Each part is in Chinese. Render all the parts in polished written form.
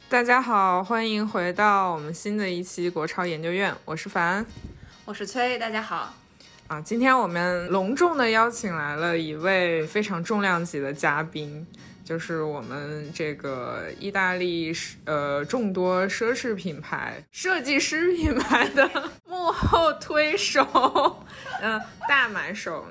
大家好，欢迎回到我们新的一期国潮研究院，我是凡， 我是崔，大家好。 今天我们隆重的邀请来了一位非常重量级的嘉宾，就是我们这个意大利众多奢侈品牌、设计师品牌的幕后推手，大买手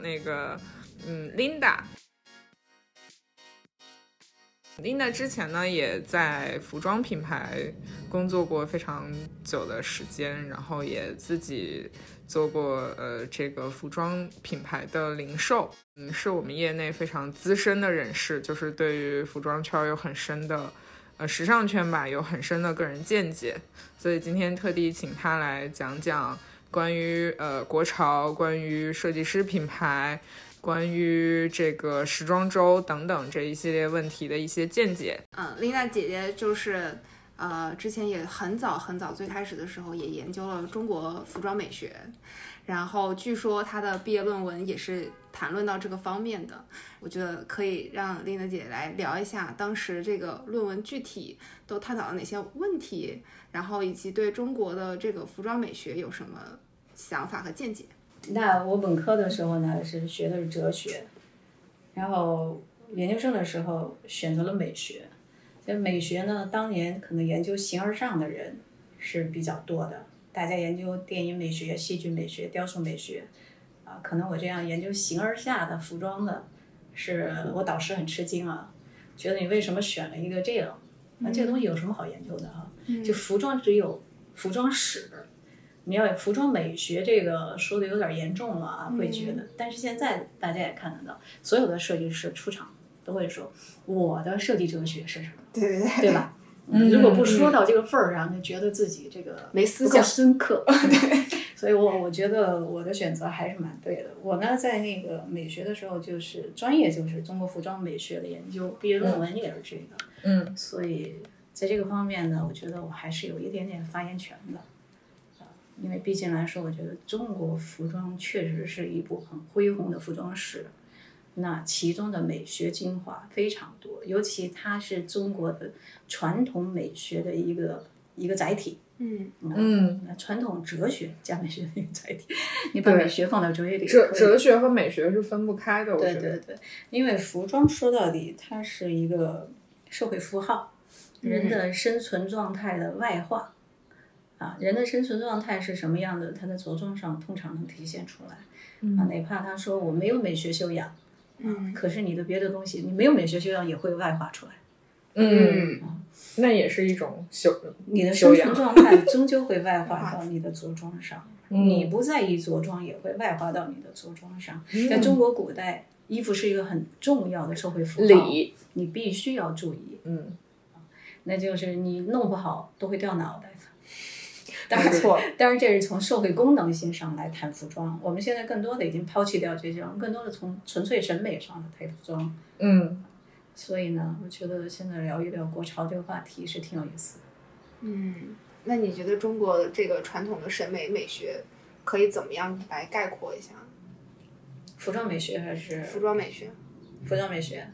Linda。Linda 之前呢也在服装品牌工作过非常久的时间，然后也自己做过这个服装品牌的零售，是我们业内非常资深的人士，就是对于服装圈有很深的时尚圈吧有很深的个人见解，所以今天特地请他来讲讲关于国潮，关于设计师品牌，关于这个时装周等等这一系列问题的一些见解。 琳达姐姐就是之前也很早最开始的时候也研究了中国服装美学，然后据说她的毕业论文也是谈论到这个方面的。我觉得可以让琳达姐来聊一下当时这个论文具体都探讨了哪些问题，然后以及对中国的这个服装美学有什么想法和见解。 那我本科的时候呢是学的是哲学，然后研究生的时候选择了美学。这美学呢，当年可能研究形而上的人是比较多的，大家研究电影美学、戏剧美学、雕塑美学，可能我这样研究形而下的服装的，是我导师很吃惊啊，觉得你为什么选了一个这样？那这个东西有什么好研究的啊？就服装只有服装史。你要服装美学这个说的有点严重了啊，会觉得。但是现在大家也看得到，所有的设计师出场都会说我的设计哲学是什么，对吧？如果不说到这个份儿上，就觉得自己这个没思想深刻。对，所以我觉得我的选择还是蛮对的。我呢，在那个美学的时候，就是专业就是中国服装美学的研究，毕业论文也是这个。所以在这个方面呢，我觉得我还是有一点点发言权的。因为毕竟来说，我觉得中国服装确实是一部很恢宏的服装史，那其中的美学精华非常多，尤其它是中国的传统美学的一个载体。传统哲学加美学的一个载体，你把美学放到哲学里， 哲学和美学是分不开的。我觉得对，因为服装说到底，它是一个社会符号，人的生存状态的外化。人的生存状态是什么样的，他在着装上通常能体现出来。哪怕他说我没有美学修养，可是你的别的东西，你没有美学修养也会外化出来。 那也是一种你的生存状态终究会外化到你的着装上。你不在意着装，也会外化到你的着装上。在中国古代，衣服是一个很重要的社会符号，你必须要注意。那就是你弄不好都会掉脑袋。当然这是从社会功能性上来谈服装，我们现在更多的已经抛弃掉这些，更多的从纯粹审美上的谈服装。所以呢，我觉得现在聊一聊国潮这个话题是挺有意思的。 那你觉得中国这个传统的审美美学可以怎么样来概括一下？ 服装美学还是服装美学？ 服装美学。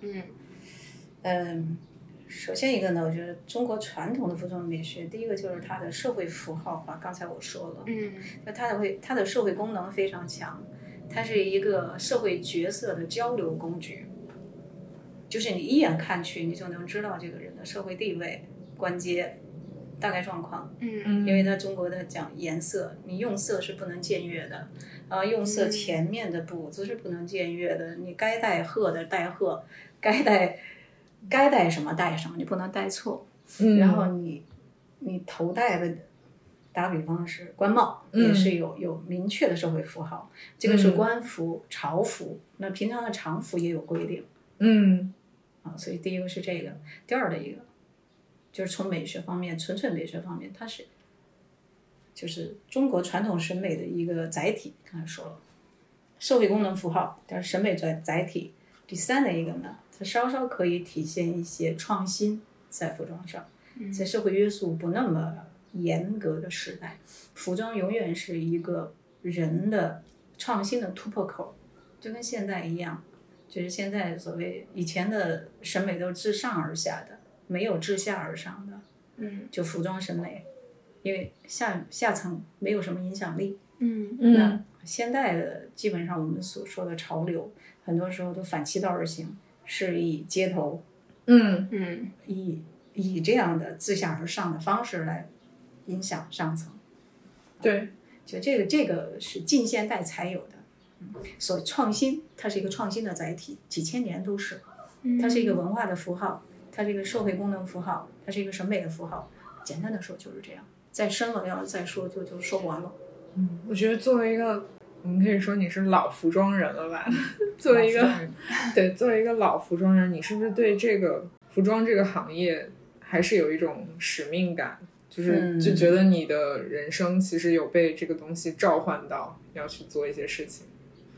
首先一个呢，我觉得中国传统的服装美学，第一个就是它的社会符号化。刚才我说了，它的社会功能非常强，它是一个社会角色的交流工具。就是你一眼看去，你就能知道这个人的社会地位、官阶、大概状况。因为它中国的讲颜色，你用色是不能僭越的，用色前面的补子是不能僭越的，你该带褐的带褐，该带什么带什么，你不能带错。然后你头戴的，打比方是官帽，也是有明确的社会符号。这个是官服、朝服，那平常的常服也有规定。所以第一个是这个，第二的一个就是从美学方面，纯粹美学方面，它是就是中国传统审美的一个载体。刚才说了，社会功能符号，但是审美载体。第三的一个呢，它稍稍可以体现一些创新在服装上，在社会约束不那么严格的时代，服装永远是一个人的创新的突破口，就跟现在一样。就是现在所谓以前的审美都是自上而下的，没有自下而上的。 就服装审美，因为下层没有什么影响力。 嗯现代的基本上我们所说的潮流，很多时候都反其道而行，是以街头，以这样的自下而上的方式来影响上层。 对， 就这个是近现代才有的。所创新，它是一个创新的载体，几千年都是。它是一个文化的符号，它是一个社会功能符号，它是一个审美的符号。简单的说就是这样，再深了要是再说就说不完了。 我觉得作为一个，我们可以说你是老服装人了吧？作为一个老服装人，你是不是对这个服装这个行业还是有一种使命感？就觉得你的人生其实有被这个东西召唤到，要去做一些事情。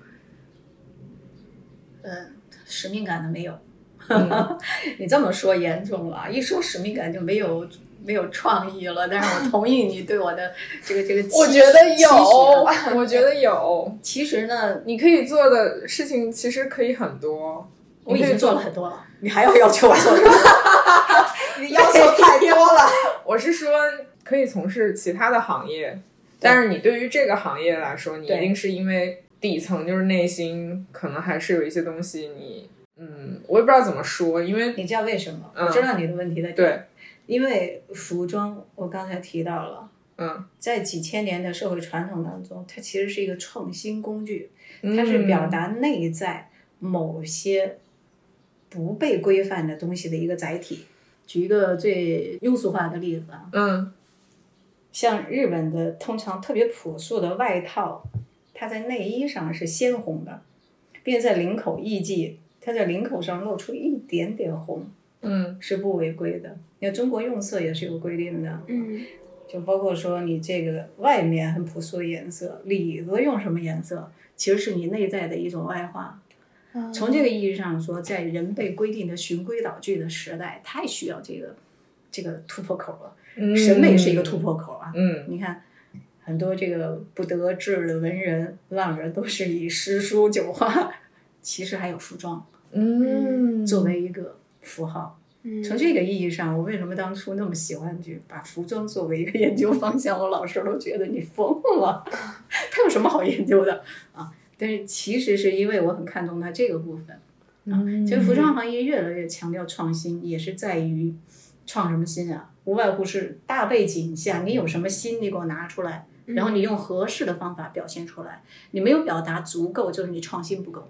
使命感的没有。你这么说严重了，一说使命感就没有创意了。但是我同意你对我的这个我觉得有，我觉得有。 其实呢， 你可以做的事情其实可以很多。 我已经做了很多了，你还要求我做什么？ 你要求太多了。 我是说可以从事其他的行业，但是你对于这个行业来说，你一定是因为底层就是内心可能还是有一些东西你我也不知道怎么说，因为你知道为什么？我知道你的问题的点。 对， 因为服装我刚才提到了，在几千年的社会传统当中，它其实是一个创新工具，它是表达内在某些不被规范的东西的一个载体。举一个最庸俗化的例子啊，像日本的通常特别朴素的外套，它在内衣上是鲜红的，并在领口艺妓，它在领口上露出一点点红，是不违规的。因为中国用色也是有规定的，就包括说你这个外面很朴素的颜色，里子用什么颜色，其实是你内在的一种外化。从这个意义上说，在人被规定的循规蹈矩的时代，太需要这个突破口了。审美是一个突破口啊。你看很多这个不得志的文人浪人都是以诗书酒画，其实还有服装，作为一个符号。从这个意义上，我为什么当初那么喜欢去把服装作为一个研究方向，我老师都觉得你疯了，它有什么好研究的啊？但是其实是因为我很看重它这个部分其实服装行业越来越强调创新，也是在于创什么新啊？无外乎是大背景下你有什么新，你给我拿出来，然后你用合适的方法表现出来。你没有表达足够，就是你创新不够。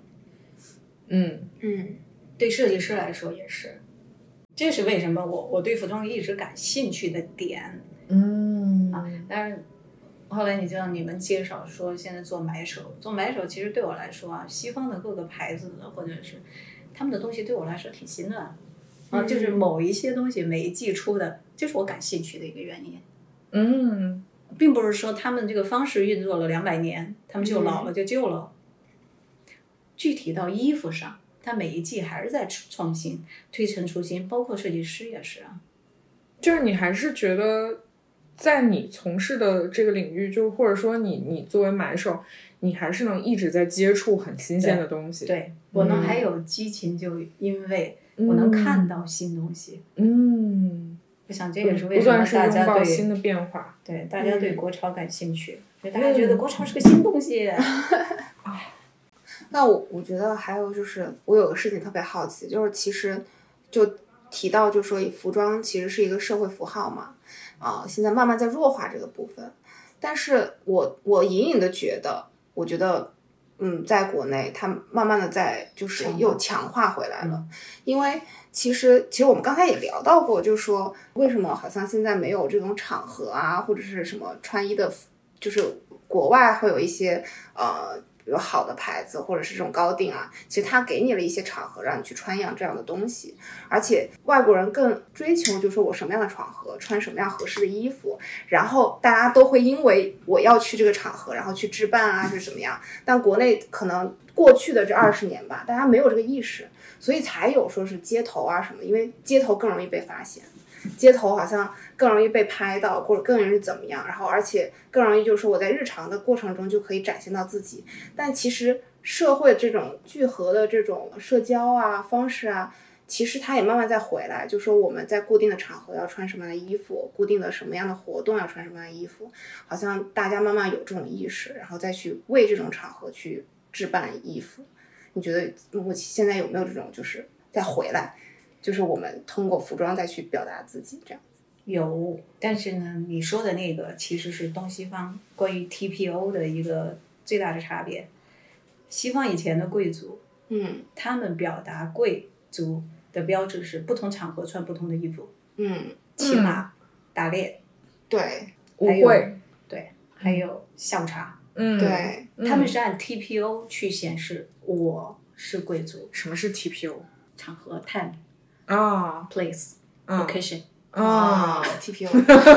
对设计师来说也是，这是为什么我对服装一直感兴趣的点。但是后来你知道你们介绍说现在做买手其实对我来说啊，西方的各个牌子的或者是他们的东西对我来说挺新的就是某一些东西每一季出的，这是我感兴趣的一个原因。并不是说他们这个方式运作了200年，他们就老了就旧了。具体到衣服上，它每一季还是在创新，推陈出新，包括设计师也是啊。 就是你还是觉得在你从事的这个领域，就或者说你作为买手，你还是能一直在接触很新鲜的东西。 对，我能还有激情，就因为我能看到新东西。我想这也是为什么大家对新的变化， 对大家对国潮感兴趣，大家觉得国潮是个新东西。 那我觉得还有就是，我有个事情特别好奇，就是其实就提到就说服装其实是一个社会符号嘛，现在慢慢在弱化这个部分，但是我隐隐的觉得，我觉得在国内它慢慢的在就是又强化回来了。因为其实我们刚才也聊到过，就是说为什么好像现在没有这种场合啊，或者是什么穿衣的，就是国外会有一些比如好的牌子或者是这种高定啊，其实它给你了一些场合让你去穿这样的东西，而且外国人更追求就是说我什么样的场合穿什么样合适的衣服，然后大家都会因为我要去这个场合然后去置办啊是怎么样，但国内可能过去的这20年吧，大家没有这个意识，所以才有说是街头啊什么，因为街头更容易被发现，街头好像更容易被拍到，或者更容易怎么样，然后而且更容易就是说我在日常的过程中就可以展现到自己。但其实社会这种聚合的这种社交啊方式啊， 其实它也慢慢在回来，就说我们在固定的场合要穿什么样的衣服，固定的什么样的活动要穿什么样的衣服，好像大家慢慢有这种意识，然后再去为这种场合去置办衣服。你觉得现在有没有这种就是再回来，就是我们通过服装再去表达自己这样？ 有，但是呢，你说的那个其实是东西方关于 TPO 的一个最大的差别。西方以前的贵族，他们表达贵族的标志是不同场合穿不同的衣服，骑马、打猎， 对， 舞会， 对，还有下午茶， 对， 他们是按 TPO 去显示我是贵族。 什么是 TPO？ 场合 time 啊 place location 啊 TPO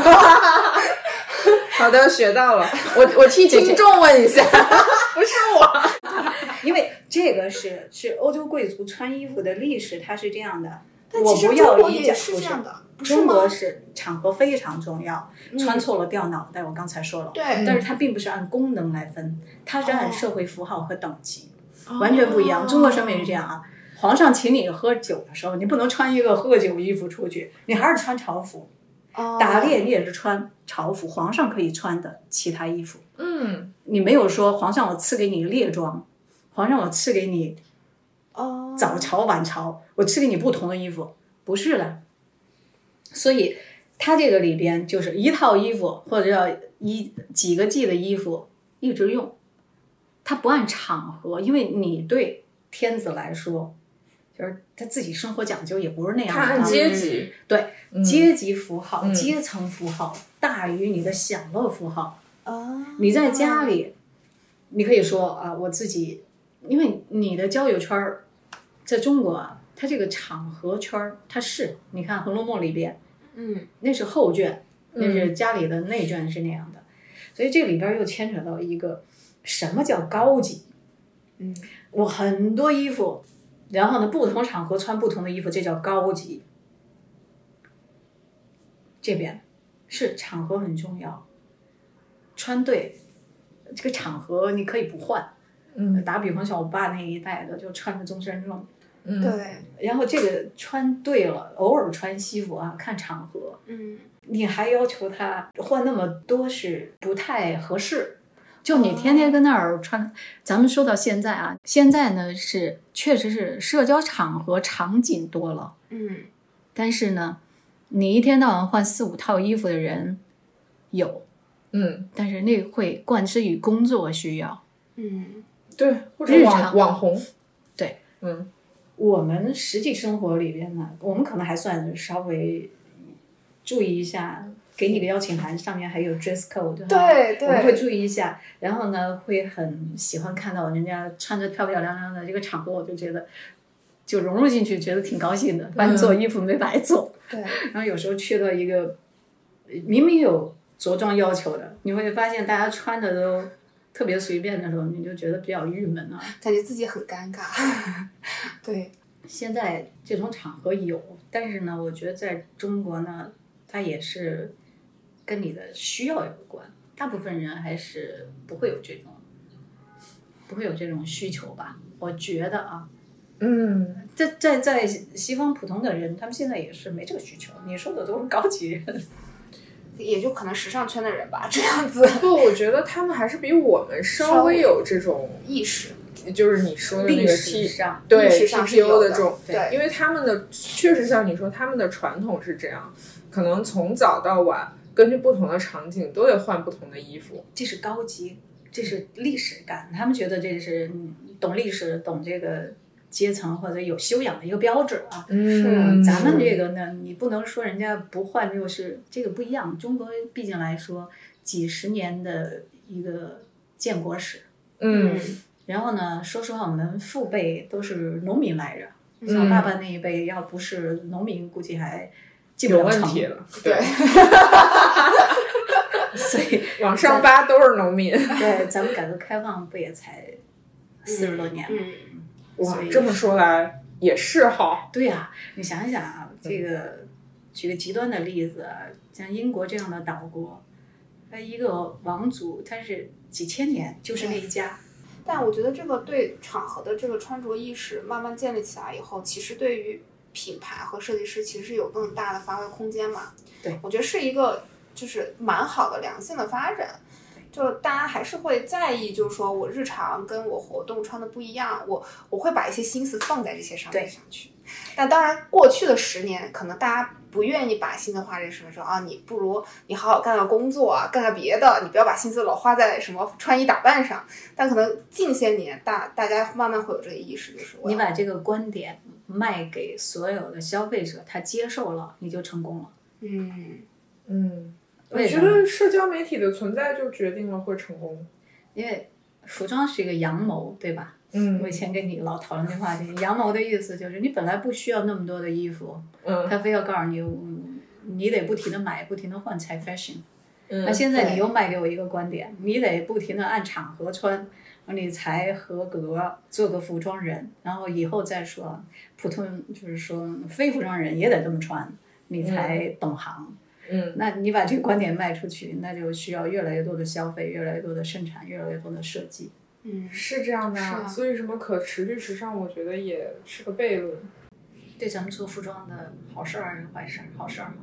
好的，学到了。我替听众问一下，不是我， 因为这个是欧洲贵族穿衣服的历史，它是这样的。 但其实我不要中国一讲也是这样的，不是中国吗？ 是场合非常重要，穿错了掉脑袋。我刚才说了， 对， 但是它并不是按功能来分，它是按社会符号和等级，完全不一样。中国审美是这样啊，皇上请你喝酒的时候，你不能穿一个喝酒衣服出去，你还是穿朝服。打猎你也是穿朝服，皇上可以穿的其他衣服。你没有说皇上我赐给你猎装，皇上我赐给你早朝晚朝，我赐给你不同的衣服，不是的。所以它这个里边就是一套衣服或者叫几个季的衣服一直用，它不按场合，因为你对天子来说，就是他自己生活讲究也不是那样的， 他按阶级， 对，阶级符号、阶层符号大于你的享乐符号。你在家里，你可以说啊，我自己，因为你的交友圈在中国啊，它这个场合圈它是，你看《红楼梦》里边，那是后卷，那是家里的内卷是那样的，所以这里边又牵扯到一个什么叫高级。我很多衣服。然后呢，不同场合穿不同的衣服，这叫高级。这边是场合很重要，穿对这个场合你可以不换。打比方像我爸那一代的，就穿着中山装。 对。 然后这个穿对了，偶尔穿西服啊，看场合。你还要求他换那么多是不太合适。就你天天跟那儿穿，咱们说到现在啊，现在呢是确实是社交场合场景多了，但是呢，你一天到晚换4-5套衣服的人有，但是那会贯之于工作需要， 对，或者网红， 对，我们实际生活里边呢，我们可能还算稍微注意一下。给你个邀请函，上面还有 dress code， 对， 我们会注意一下。然后呢，会很喜欢看到人家穿着漂漂亮亮的这个场合，我就觉得就融入进去，觉得挺高兴的。反正做衣服没白做。 对。 然后有时候去到一个明明有着装要求的，你会发现大家穿的都特别随便的时候，你就觉得比较郁闷啊， 感觉自己很尴尬。对。 现在这种场合有，但是呢，我觉得在中国呢，它也是。跟你的需要有关，大部分人还是不会有这种需求吧？我觉得啊，在西方普通的人，他们现在也是没这个需求。你说的都是高级人， 也就可能时尚圈的人吧，这样子。 不，我觉得他们还是比我们稍微有这种意识， 就是你说的那个 TPO 的这种， 对， 因为他们的确实像你说，他们的传统是这样，可能从早到晚。根据不同的场景都得换不同的衣服， 这是高级，这是历史感。他们觉得这是懂历史、懂这个阶层或者有修养的一个标志啊。咱们这个呢，你不能说人家不换就是这个不一样。中国毕竟来说几十年的一个建国史，然后呢，说实话，我们父辈都是农民来着，像爸爸那一辈，要不是农民，估计还。 有问题了，对， 所以往上扒都是农民。 对，咱们改革开放不也才40多年吗？ 哇，这么说来也是哈。 对呀，你想一想啊，这个举个极端的例子，像英国这样的岛国，它一个王族，它是几千年就是那一家。 但我觉得这个对场合的这个穿着意识慢慢建立起来以后，其实对于品牌和设计师其实是有更大的发挥空间嘛。 对， 我觉得是一个就是蛮好的良性的发展。就大家还是会在意，就是说我日常跟我活动穿的不一样，我会把一些心思放在这些上面上去。但当然，过去的10年，可能大家不愿意把心思花在什么说啊，你不如你好好干个工作啊，干个别的，你不要把心思老花在什么穿衣打扮上。但可能近些年，大家慢慢会有这个意识，就是你把这个观点卖给所有的消费者，他接受了，你就成功了。 我觉得社交媒体的存在就决定了会成功， 因为服装是一个阳谋，对吧？我以前跟你老讨论这话题，阳谋的意思就是你本来不需要那么多的衣服，他非要告诉你，你得不停的买，不停的换才 fashion。那现在你又卖给我一个观点，你得不停的按场合穿，你才合格做个服装人，然后以后再说普通就是说非服装人也得这么穿，你才懂行。那你把这个观点卖出去，那就需要越来越多的消费，越来越多的生产，越来越多的设计。 是这样的啊。所以什么可持续时尚，我觉得也是个悖论。 对咱们做服装的好事还是坏事？好事嘛。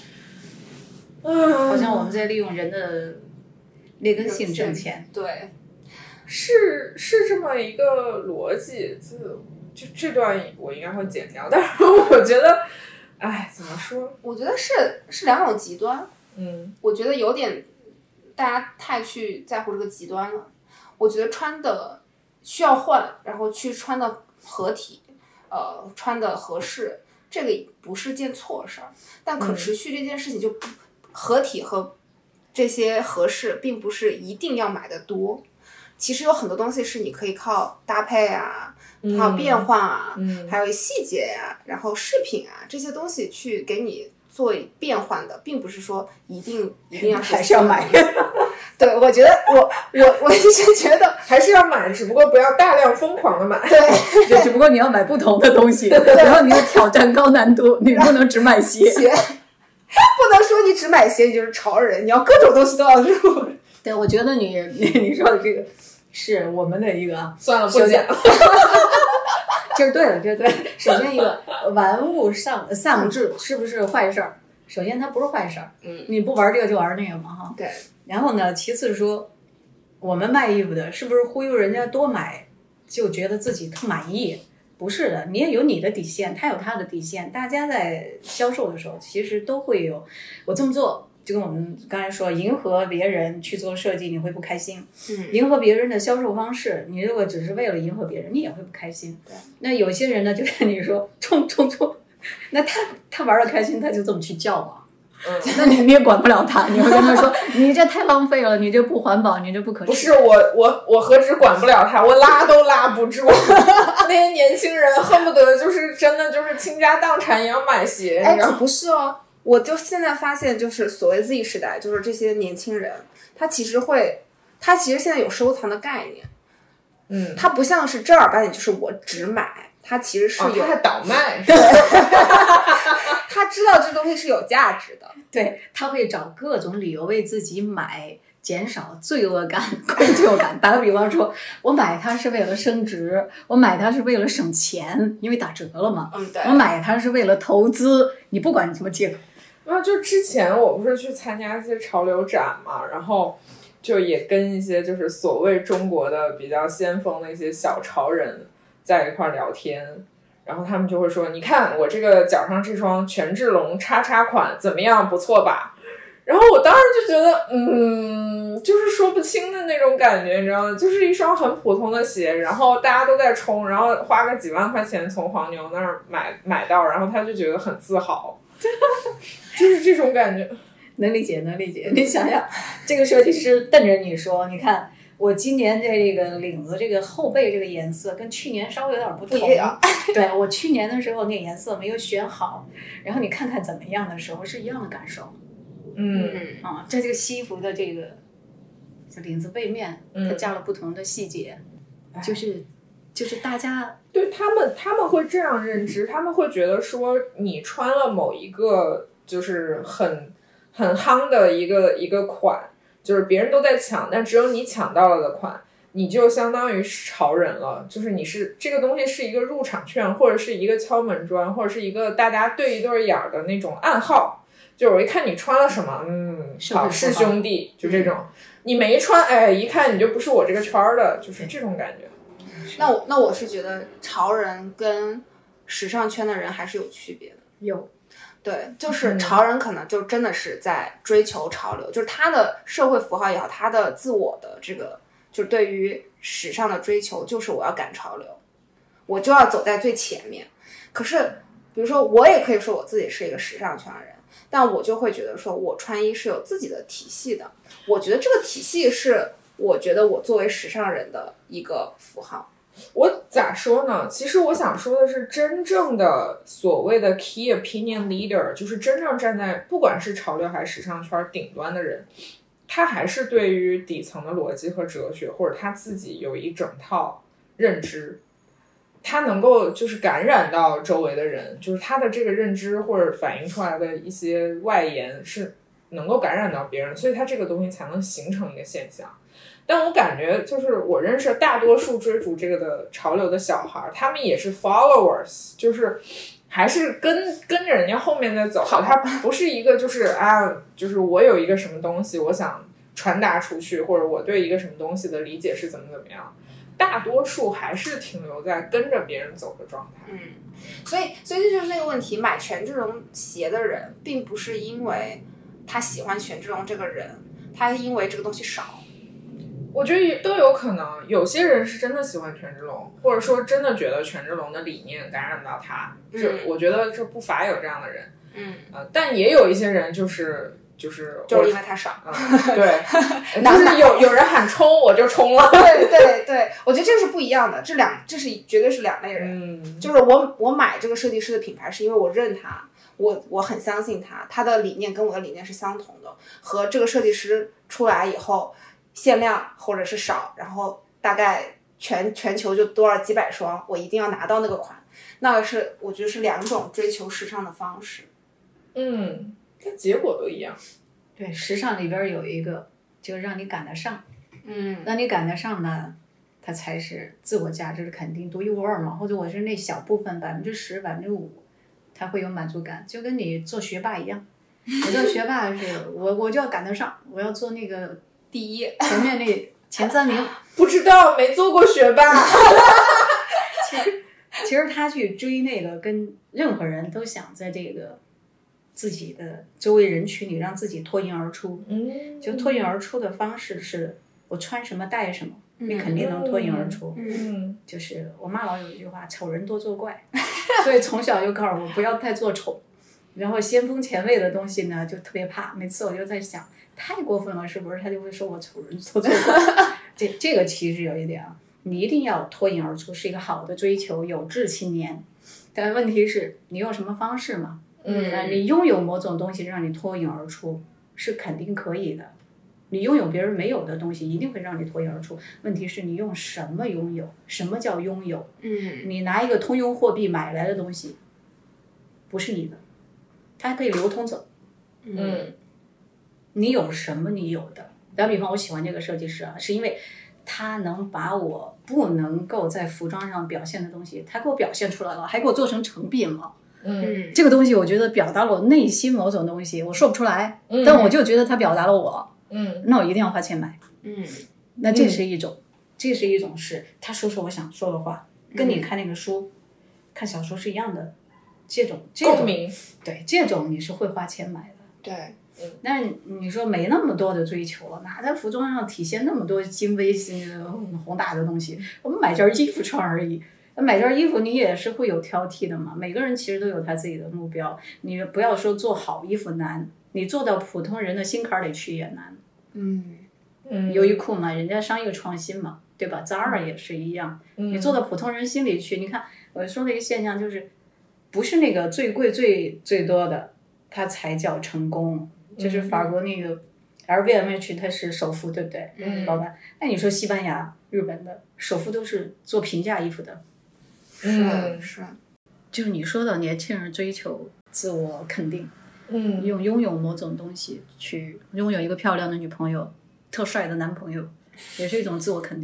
好像我们在利用人的劣根性挣钱。 对， 是这么一个逻辑。就这段我应该会剪掉，但是我觉得。怎么说？ 我觉得是两种极端。我觉得有点大家太去在乎这个极端了。我觉得穿的需要换，然后去穿的合体，穿的合适，这个不是件错事儿。但可持续这件事情就合体和这些合适，并不是一定要买的多。其实有很多东西是你可以靠搭配啊。还有变换啊，还有细节呀，然后饰品啊，这些东西去给你做变换的，并不是说一定要还是要买。 对，我觉得我一直觉得还是要买，只不过不要大量疯狂的买。 对， 只不过你要买不同的东西，然后你要挑战高难度，你不能只买鞋。 不能说你只买鞋你就是潮人，你要各种东西都要入。 对，我觉得你说的这个是我们的一个算了，不讲了。 这对了，这对。首先一个玩物丧志是不是坏事儿？首先它不是坏事儿，你不玩这个就玩那个嘛，哈。 对。 然后呢，其次说，我们卖衣服的是不是忽悠人家多买，就觉得自己特满意？不是的，你也有你的底线，他有他的底线。大家在销售的时候，其实都会有，我这么做。就跟我们刚才说，迎合别人去做设计，你会不开心。迎合别人的销售方式，你如果只是为了迎合别人，你也会不开心。 对。 那有些人呢，就跟你说冲，那他玩的开心，他就这么去叫啊。那你也管不了他，你会跟他说，你这太浪费了，你这不环保，你这不可持续。 不是我何止管不了他，我拉都拉不住。那些年轻人恨不得就是真的就是倾家荡产也要买鞋。 不是哦。我就现在发现，就是所谓 Z 时代，就是这些年轻人，他其实现在有收藏的概念。他不像是正儿八经就是我只买，他其实是有， 他还倒卖。 对。他知道这东西是有价值的。 对，他会找各种理由为自己买，减少罪恶感、愧疚感。打个比方说，我买它是为了升值，我买它是为了省钱，因为打折了嘛。 对。 我买它是为了投资，你不管你什么借口。 就之前我不是去参加一些潮流展嘛，然后就也跟一些就是所谓中国的比较先锋的一些小潮人在一块聊天，然后他们就会说，你看我这个脚上这双权志龙叉叉款怎么样，不错吧？然后我当时就觉得就是说不清的那种感觉，你知道吗？就是一双很普通的鞋，然后大家都在冲，然后花个几万块钱从黄牛那儿买到，然后他就觉得很自豪。就是这种感觉。 能理解。你想想，这个设计师瞪着你说，你看我今年这个领子这个后背这个颜色跟去年稍微有点不同。对，我去年的时候那颜色没有选好，然后你看看怎么样的时候是一样的感受。这个西服的这个就领子背面，它加了不同的细节，就是大家对他们会这样认知，他们会觉得说你穿了某一个就是很夯的一个款，就是别人都在抢，但只有你抢到了的款， 你就相当于是潮人了，就是你是这个东西是一个入场券，或者是一个敲门砖，或者是一个大家对一对眼的那种暗号。就我一看你穿了什么，好是兄弟，就这种。你没穿，哎，一看你就不是我这个圈的，就是这种感觉。 那我是觉得潮人跟时尚圈的人还是有区别的。 有。 对，就是潮人可能就真的是在追求潮流，就是他的社会符号也好，他的自我的这个，就是对于时尚的追求，就是我要赶潮流，我就要走在最前面。可是，比如说，我也可以说我自己是一个时尚圈的人，但我就会觉得说，我穿衣是有自己的体系的。我觉得这个体系是，我觉得我作为时尚人的一个符号。 我咋说呢？其实我想说的是，真正的所谓的 key opinion leader， 就是真正站在不管是潮流还是时尚圈顶端的人，他还是对于底层的逻辑和哲学，或者他自己有一整套认知，他能够就是感染到周围的人，就是他的这个认知或者反映出来的一些外延是能够感染到别人，所以他这个东西才能形成一个现象。但我感觉就是我认识大多数追逐这个的潮流的小孩，他们也是 followers， 就是还是跟着人家后面在走，他不是一个就是就是我有一个什么东西我想传达出去，或者我对一个什么东西的理解是怎么样，大多数还是停留在跟着别人走的状态。 所以这就是那个问题，买权志龙鞋的人并不是因为他喜欢权志龙这个人，他因为这个东西少。 我觉得都有可能，有些人是真的喜欢权志龙，或者说真的觉得权志龙的理念感染到他，我觉得这不乏有这样的人。但也有一些人就是因为他少。 对，就是有人喊冲我就冲了。 对，我觉得这是不一样的，这是绝对是两类人。就是我买这个设计师的品牌是因为我认他，我很相信他的理念跟我的理念是相同的，和这个设计师出来以后限量或者是少，然后大概全球就多少几百双，我一定要拿到那个款，那个是我觉得是两种追求时尚的方式。 但结果都一样。 对，时尚里边有一个就是让你赶得上，让你赶得上呢，它才是自我价值的肯定，独一无二嘛。或者我是那小部分10%、5%，它会有满足感，就跟你做学霸一样。我做学霸是我就要赶得上，我要做那个第一，前面那前3名。 不知道，没做过学霸。 其实他去追那个，跟任何人都想在这个自己的周围人群里让自己脱颖而出。就脱颖而出的方式是我穿什么带什么，你肯定能脱颖而出。就是我妈老有一句话，丑人多作怪，所以从小就告诉我不要太做丑。然后先锋前卫的东西呢就特别怕，每次我就在想太过分了是不是，他就会说我丑人多作怪。这个其实有一点啊，你一定要脱颖而出，是一个好的追求，有志青年。但问题是你用什么方式嘛？你拥有某种东西让你脱颖而出是肯定可以的，你拥有别人没有的东西一定会让你脱颖而出。问题是你用什么拥有？什么叫拥有？你拿一个通用货币买来的东西不是你的，它还可以流通走。你有什么你有的？打比方，我喜欢这个设计师啊，是因为他能把我不能够在服装上表现的东西，他给我表现出来了，还给我做成成品了。这个东西我觉得表达了我内心某种东西，我说不出来，但我就觉得它表达了我。那我一定要花钱买。那这是一种，是他说我想说的话，跟你看那个书、看小说是一样的。这种共鸣， 对，这种你是会花钱买的。 对。 那你说没那么多的追求了，哪在服装上体现那么多精微宏大的东西？我们买件衣服穿而已。买件衣服你也是会有挑剔的嘛，每个人其实都有他自己的目标。你不要说做好衣服难，你做到普通人的心坎里去也难。优衣库嘛，人家商业创新嘛，对吧？Zara 也是一样，你做到普通人心里去。你看我说的一个现象就是，不是那个最贵最多的，它才叫成功。就是法国那个 LVMH 它是首富，对不对？老板。那你说西班牙、日本的首富都是做平价衣服的。 是。 就是你说的年轻人追求自我肯定，拥有某种东西，去拥有一个漂亮的女朋友、特帅的男朋友，也是一种自我肯定。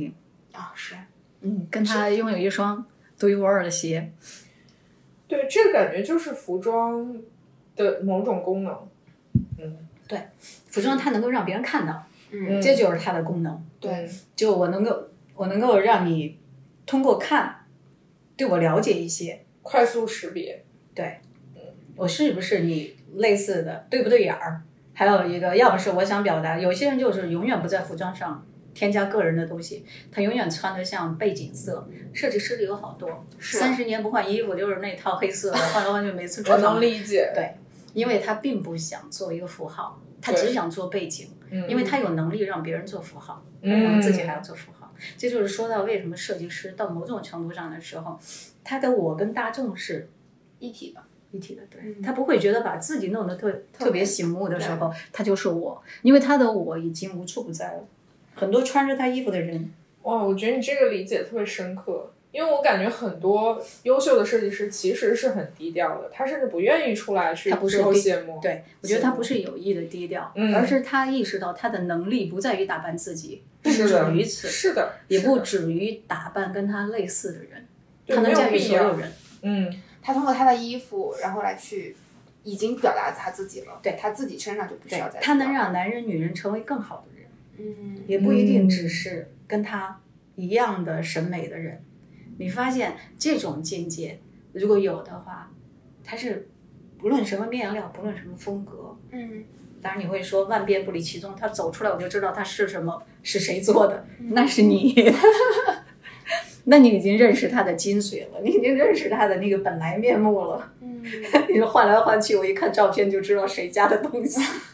啊，是， 跟他拥有一双独一无二的鞋。 对，这个感觉就是服装的某种功能。 对，服装它能够让别人看到，这就是它的功能。 对， 就我能够让你通过看对我了解一些， 快速识别。 对，我是不是你类似的，对不对眼儿？还有一个，要不是我想表达，有些人就是永远不在服装上添加个人的东西，他永远穿得像背景色。设计师里有好多30年不换衣服，就是那套黑色的，换来换去，每次我能理解。 对，因为他并不想做一个符号，他只想做背景，因为他有能力让别人做符号，我们自己还要做符号。这就是说到为什么设计师到某种程度上的时候，他的我跟大众是一体的。 一体的，对，他不会觉得把自己弄得特别醒目的时候，他就是我，因为他的我已经无处不在了。很多穿着他衣服的人， 哇，我觉得你这个理解特别深刻，因为我感觉很多优秀的设计师其实是很低调的，他甚至不愿意出来去最后谢幕。 对，我觉得他不是有意的低调，而是他意识到他的能力不在于打扮自己，不止于此， 是的， 也不止于打扮跟他类似的人，他能驾驭所有人。 他通过他的衣服，然后来去已经表达他自己了。 对， 他自己身上就不需要再。 他能让男人、女人成为更好的人。也不一定只是跟他一样的审美的人。你发现这种境界，如果有的话，他是不论什么面料，不论什么风格，当然你会说万变不离其宗，他走出来我就知道他是什么，是谁做的，那是你。那你已经认识他的精髓了，你已经认识他的那个本来面目了。你说换来换去，我一看照片就知道谁家的东西。